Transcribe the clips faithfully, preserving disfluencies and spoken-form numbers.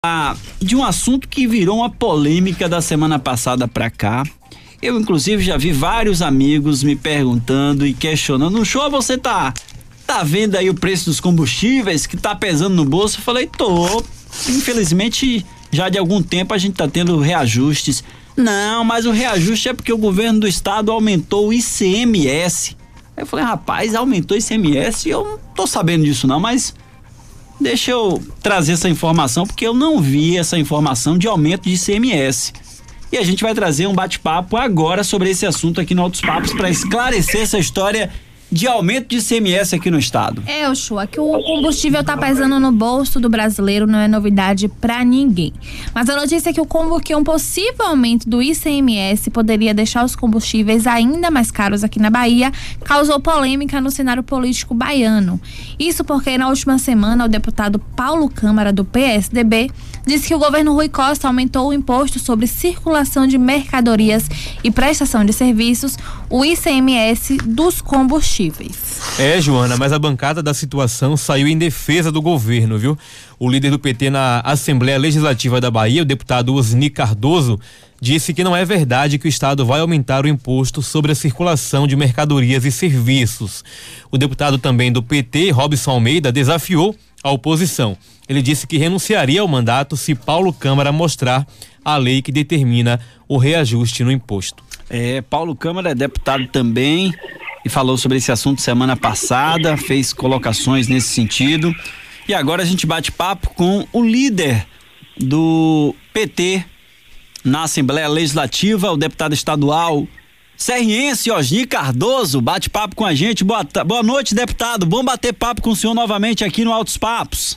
De um assunto que virou uma polêmica da semana passada pra cá. Eu, inclusive, já vi vários amigos me perguntando e questionando: no show você tá, tá vendo aí o preço dos combustíveis que tá pesando no bolso? Eu falei, tô. Infelizmente, já de algum tempo a gente tá tendo reajustes. Não, mas o reajuste é porque o governo do estado aumentou o I C M S. Aí eu falei, rapaz, aumentou o I C M S? Eu não tô sabendo disso não, mas deixa eu trazer essa informação, porque eu não vi essa informação de aumento de I C M S. E a gente vai trazer um bate-papo agora sobre esse assunto aqui no Altos Papos para esclarecer essa história de aumento de I C M S aqui no estado. É, Oxua, que o combustível tá pesando no bolso do brasileiro não é novidade pra ninguém. Mas a notícia é que, o combo, que um possível aumento do I C M S poderia deixar os combustíveis ainda mais caros aqui na Bahia causou polêmica no cenário político baiano. Isso porque na última semana o deputado Paulo Câmara, do P S D B, disse que o governo Rui Costa aumentou o imposto sobre circulação de mercadorias e prestação de serviços, o I C M S dos combustíveis. É, Joana, mas a bancada da situação saiu em defesa do governo, viu? O líder do P T na Assembleia Legislativa da Bahia, o deputado Osni Cardoso, disse que não é verdade que o estado vai aumentar o imposto sobre a circulação de mercadorias e serviços. O deputado também do P T, Robson Almeida, desafiou a oposição. Ele disse que renunciaria ao mandato se Paulo Câmara mostrar a lei que determina o reajuste no imposto. É, Paulo Câmara é deputado também e falou sobre esse assunto semana passada, fez colocações nesse sentido. E agora a gente bate papo com o líder do P T na Assembleia Legislativa, o deputado estadual serriense Osni Cardoso, bate papo com a gente. Boa, boa noite, deputado. Bom bater papo com o senhor novamente aqui no Altos Papos.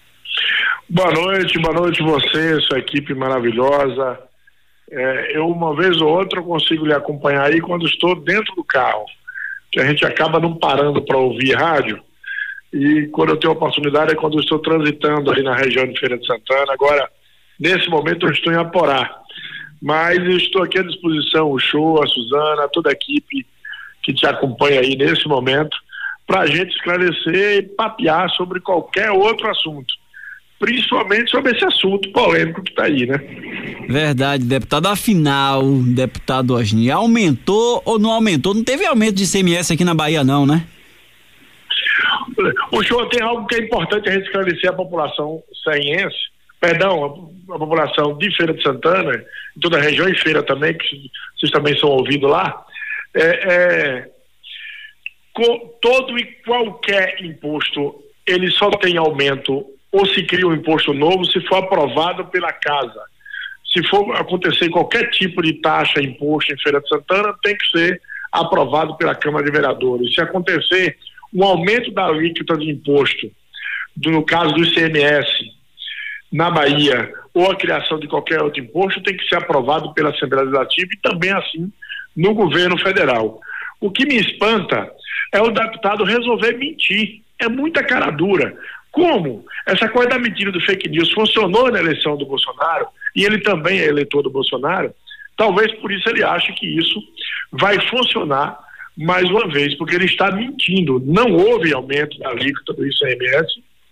Boa noite, boa noite você, sua equipe maravilhosa. É, eu uma vez ou outra consigo lhe acompanhar aí quando estou dentro do carro, que a gente acaba não parando para ouvir rádio, e quando eu tenho oportunidade é quando eu estou transitando ali na região de Feira de Santana. Agora, nesse momento eu estou em Aporá, mas eu estou aqui à disposição, o show, a Suzana, toda a equipe que te acompanha aí nesse momento, para a gente esclarecer e papear sobre qualquer outro assunto, principalmente sobre esse assunto polêmico que está aí, né? Verdade, deputado. Afinal, deputado Osni, aumentou ou não aumentou? Não teve aumento de I C M S aqui na Bahia não, né? O senhor tem algo que é importante a gente esclarecer a população cearense, perdão, a, a população de Feira de Santana, em toda a região, e Feira também, que vocês também são ouvidos lá. É, é, com todo e qualquer imposto, ele só tem aumento ou se cria um imposto novo se for aprovado pela casa. Se for acontecer qualquer tipo de taxa, imposto em Feira de Santana, tem que ser aprovado pela Câmara de Vereadores. Se acontecer um aumento da alíquota de imposto, do, no caso do I C M S, na Bahia, ou a criação de qualquer outro imposto, tem que ser aprovado pela Assembleia Legislativa e também assim no governo federal. O que me espanta é o deputado resolver mentir. É muita cara dura. Como essa coisa da mentira do fake news funcionou na eleição do Bolsonaro, e ele também é eleitor do Bolsonaro, talvez por isso ele ache que isso vai funcionar mais uma vez, porque ele está mentindo. Não houve aumento da alíquota do I C M S,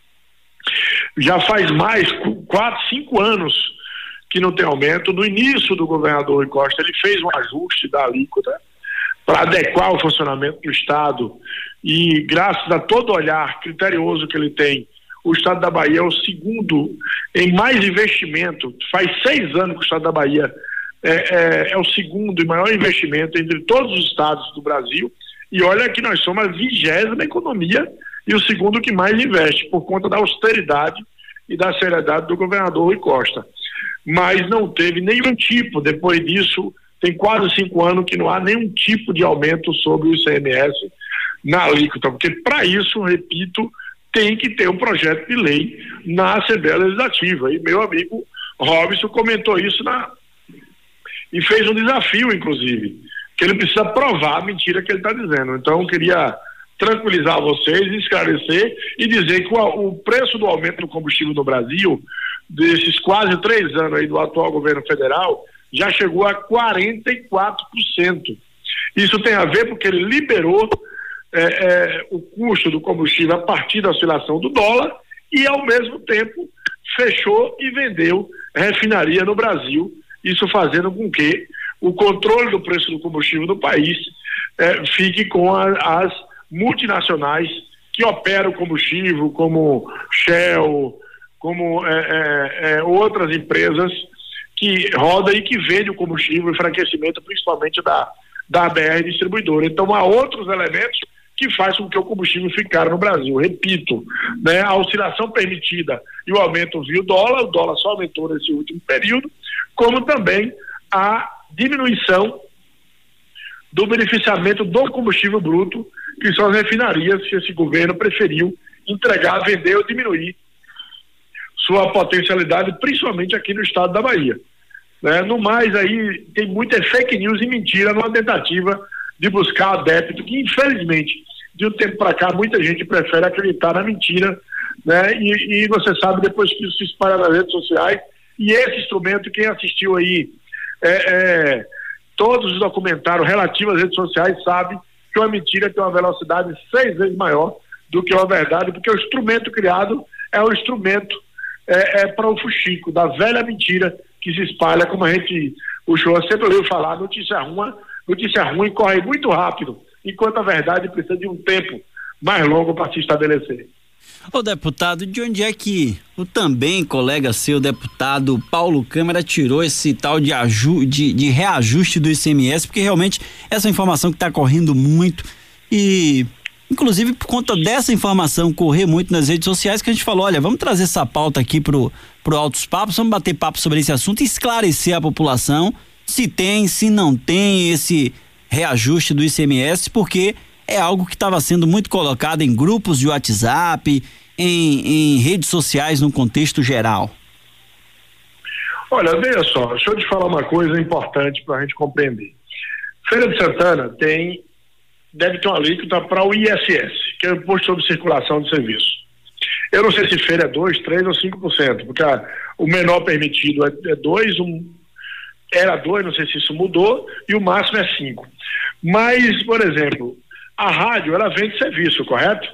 já faz mais quatro, cinco anos que não tem aumento. No início do governador Rui Costa, ele fez um ajuste da alíquota para adequar o funcionamento do Estado, e graças a todo o olhar criterioso que ele tem, o Estado da Bahia é o segundo em mais investimento. Faz seis anos que o Estado da Bahia é, é, é o segundo e maior investimento entre todos os estados do Brasil, e olha que nós somos a vigésima economia e o segundo que mais investe, por conta da austeridade e da seriedade do governador Rui Costa. Mas não teve nenhum tipo, depois disso, tem quase cinco anos que não há nenhum tipo de aumento sobre o I C M S na alíquota, porque para isso, repito, tem que ter um projeto de lei na Assembleia Legislativa. E meu amigo Robson comentou isso na e fez um desafio, inclusive, que ele precisa provar a mentira que ele está dizendo. Então, eu queria tranquilizar vocês, esclarecer e dizer que o, o preço do aumento do combustível no Brasil, desses quase três anos aí do atual governo federal, já chegou a quarenta e quatro por cento. Isso tem a ver porque ele liberou É, é, o custo do combustível a partir da oscilação do dólar e, ao mesmo tempo, fechou e vendeu refinaria no Brasil, isso fazendo com que o controle do preço do combustível no país eh, fique com a, as multinacionais que operam o combustível, como Shell, como eh, eh, outras empresas que rodam e que vendem o combustível, enfraquecimento principalmente da, da B R distribuidora. Então há outros elementos que faz com que o combustível ficar no Brasil. Repito, né, a oscilação permitida e o aumento via o dólar, o dólar só aumentou nesse último período, como também a diminuição do beneficiamento do combustível bruto, que são as refinarias que esse governo preferiu entregar, vender ou diminuir sua potencialidade, principalmente aqui no estado da Bahia. Né? No mais, aí tem muita fake news e mentira numa tentativa de buscar adepto, que infelizmente, de um tempo para cá, muita gente prefere acreditar na mentira, né? E, e você sabe, depois que isso se espalha nas redes sociais, e esse instrumento, quem assistiu aí é, é, todos os documentários relativos às redes sociais sabe que uma mentira tem uma velocidade seis vezes maior do que uma verdade, porque o instrumento criado é o instrumento é, é para o fuxico, da velha mentira que se espalha, como a gente, o Shoa sempre ouviu falar, notícia ruim, notícia ruim corre muito rápido, enquanto a verdade precisa de um tempo mais longo para se estabelecer. Ô deputado, de onde é que o também colega seu, deputado Paulo Câmara, tirou esse tal de, aju de, de reajuste do I C M S? Porque realmente essa informação que está correndo muito e, inclusive, por conta dessa informação correr muito nas redes sociais, que a gente falou, olha, vamos trazer essa pauta aqui pro, pro Altos Papos, vamos bater papo sobre esse assunto e esclarecer a população se tem, se não tem esse reajuste do I C M S, porque é algo que estava sendo muito colocado em grupos de WhatsApp, em, em redes sociais no contexto geral. Olha, veja só, deixa eu te falar uma coisa importante para a gente compreender. Feira de Santana tem, deve ter uma alíquota para o I S S, que é o Imposto sobre Circulação de Serviço. Eu não sei se feira é dois, três ou cinco por cento, porque a, o menor permitido é dois, um, era dois, não sei se isso mudou, e o máximo é cinco. Mas, por exemplo, a rádio, ela vende serviço, correto?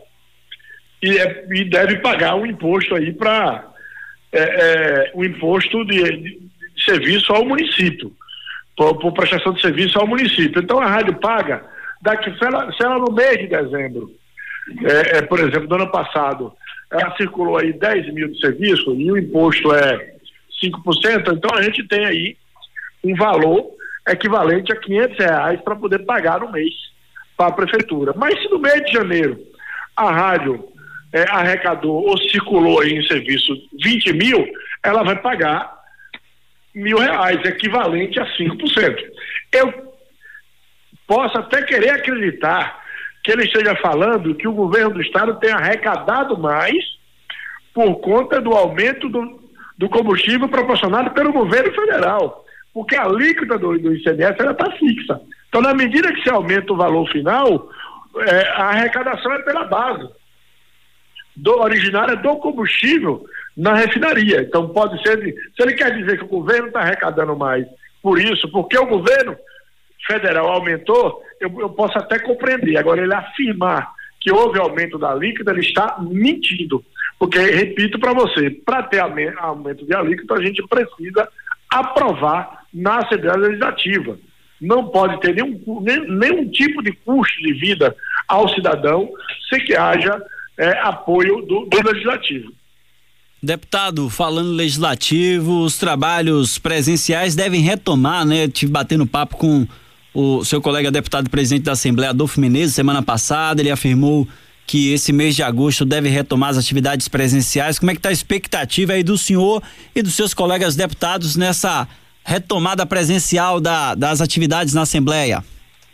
E, é, e deve pagar um imposto aí para é, é, um imposto de, de, de serviço ao município, por, por prestação de serviço ao município. Então a rádio paga, daqui, se, ela, se ela no mês de dezembro, é, é, por exemplo, do ano passado, ela circulou aí dez mil de serviço e o imposto é cinco por cento, então a gente tem aí um valor equivalente a quinhentos reais para poder pagar no mês para a prefeitura. Mas se no mês de janeiro a rádio é, arrecadou ou circulou em serviço vinte mil, ela vai pagar mil reais, equivalente a cinco por cento. Eu posso até querer acreditar que ele esteja falando que o governo do estado tem arrecadado mais por conta do aumento do, do combustível proporcionado pelo governo federal, porque a alíquota do, do I C M S ela está fixa. Então, na medida que se aumenta o valor final, é, a arrecadação é pela base do, originária do combustível na refinaria. Então, pode ser, de, se ele quer dizer que o governo está arrecadando mais por isso, porque o governo federal aumentou, eu, eu posso até compreender. Agora, ele afirmar que houve aumento da alíquota, ele está mentindo. Porque, repito para você, para ter aumento de alíquota, a gente precisa aprovar na Assembleia Legislativa. Não pode ter nenhum, nenhum tipo de custo de vida ao cidadão sem que haja é, apoio do, do Legislativo. Deputado, falando legislativo, os trabalhos presenciais devem retomar, né? Tive batendo papo com o seu colega deputado presidente da Assembleia, Adolfo Menezes, semana passada. Ele afirmou que esse mês de agosto deve retomar as atividades presenciais. Como é que está a expectativa aí do senhor e dos seus colegas deputados nessa retomada presencial da, das atividades na Assembleia?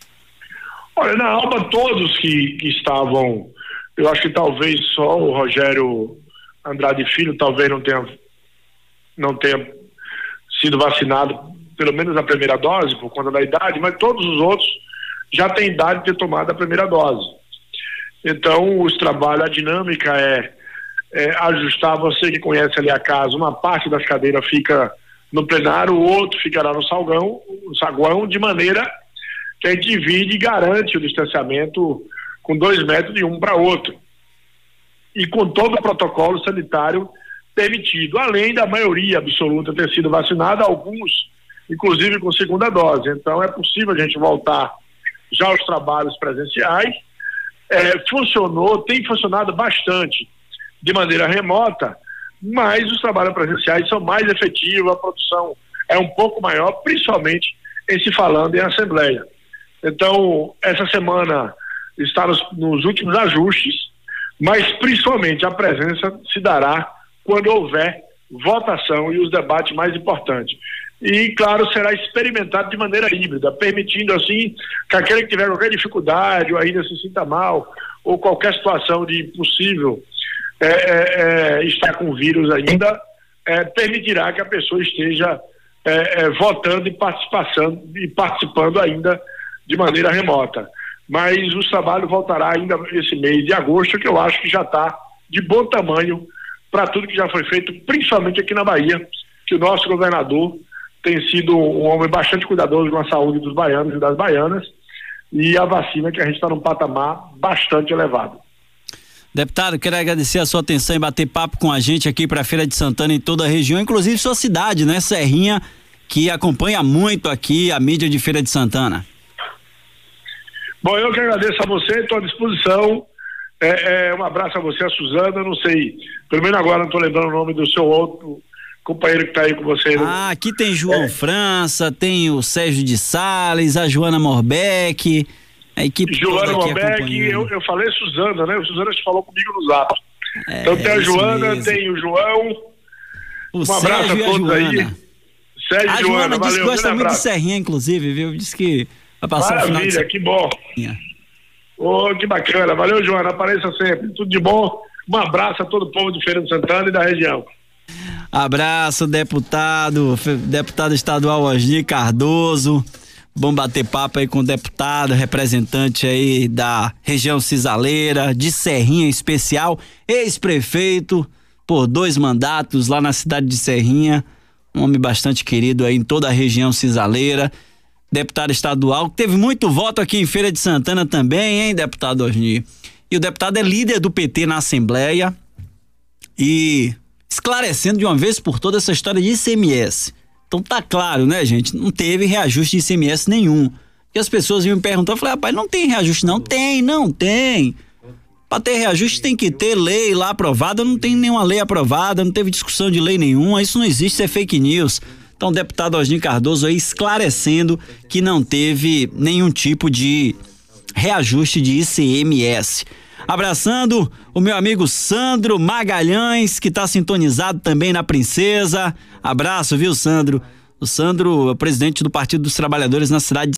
Olha, na alma todos que, que estavam, eu acho que talvez só o Rogério Andrade Filho talvez não tenha, não tenha sido vacinado, pelo menos a primeira dose, por conta da idade, mas todos os outros já têm idade de ter tomado a primeira dose. Então, os trabalhos, a dinâmica é, é ajustar, você que conhece ali a casa, uma parte das cadeiras fica no plenário, o outro ficará no salgão, no saguão, de maneira que a gente divide e garante o distanciamento com dois metros de um para outro. E com todo o protocolo sanitário permitido, além da maioria absoluta ter sido vacinada, alguns inclusive com segunda dose. Então é possível a gente voltar já aos trabalhos presenciais. É, funcionou, tem funcionado bastante de maneira remota, mas os trabalhos presenciais são mais efetivos, a produção é um pouco maior, principalmente em se falando em assembleia. Então, essa semana está nos, nos últimos ajustes, mas principalmente a presença se dará quando houver votação e os debates mais importantes. E, claro, será experimentado de maneira híbrida, permitindo, assim, que aquele que tiver qualquer dificuldade ou ainda se sinta mal, ou qualquer situação de possível é, é, é, estar com o vírus ainda, é, permitirá que a pessoa esteja é, é, votando e participando, e participando ainda de maneira remota. Mas o trabalho voltará ainda esse mês de agosto, que eu acho que já está de bom tamanho para tudo que já foi feito, principalmente aqui na Bahia, que o nosso governador tem sido um homem bastante cuidadoso com a saúde dos baianos e das baianas, e a vacina que a gente está num patamar bastante elevado. Deputado, quero agradecer a sua atenção em bater papo com a gente aqui para a Feira de Santana em toda a região, inclusive sua cidade, né, Serrinha, que acompanha muito aqui a mídia de Feira de Santana. Bom, eu que agradeço a você, estou à disposição. É, é, um abraço a você, a Suzana, não sei, pelo menos agora não estou lembrando o nome do seu outro companheiro que está aí com você. Ah, aqui tem João é. França, tem o Sérgio de Sales, a Joana Morbeck, a equipe Joana toda aqui Morbeck, eu, eu falei Suzana, né? O Suzana falou comigo no zap. É, então tem a Joana, mesmo. Tem o João. O um Sérgio abraço a todos aí. Sérgio a e Joana, Joana disse valeu, que gosta muito de Serrinha, inclusive, viu? Disse que vai passar Maravilha, o final de... que bom. Oh, que bacana, valeu, Joana, apareça sempre, tudo de bom. Um abraço a todo o povo de Feira de Santana e da região. Abraço, deputado, deputado estadual Osni Cardoso. Bom bater papo aí com o deputado, representante aí da região cisaleira, de Serrinha em especial, ex-prefeito por dois mandatos lá na cidade de Serrinha, um homem bastante querido aí em toda a região cisaleira, deputado estadual, que teve muito voto aqui em Feira de Santana também, hein, deputado Osni? E o deputado é líder do P T na Assembleia e esclarecendo de uma vez por toda essa história de I C M S. Então tá claro, né, gente? Não teve reajuste de I C M S nenhum. E as pessoas iam me perguntar, eu falei, rapaz, não tem reajuste não? Tem, não tem. Pra ter reajuste tem que ter lei lá aprovada, não tem nenhuma lei aprovada, não teve discussão de lei nenhuma, isso não existe, isso é fake news. Então o deputado Osni Cardoso aí esclarecendo que não teve nenhum tipo de reajuste de I C M S. Abraçando o meu amigo Sandro Magalhães, que está sintonizado também na Princesa. Abraço, viu, Sandro? O Sandro é o presidente do Partido dos Trabalhadores na cidade de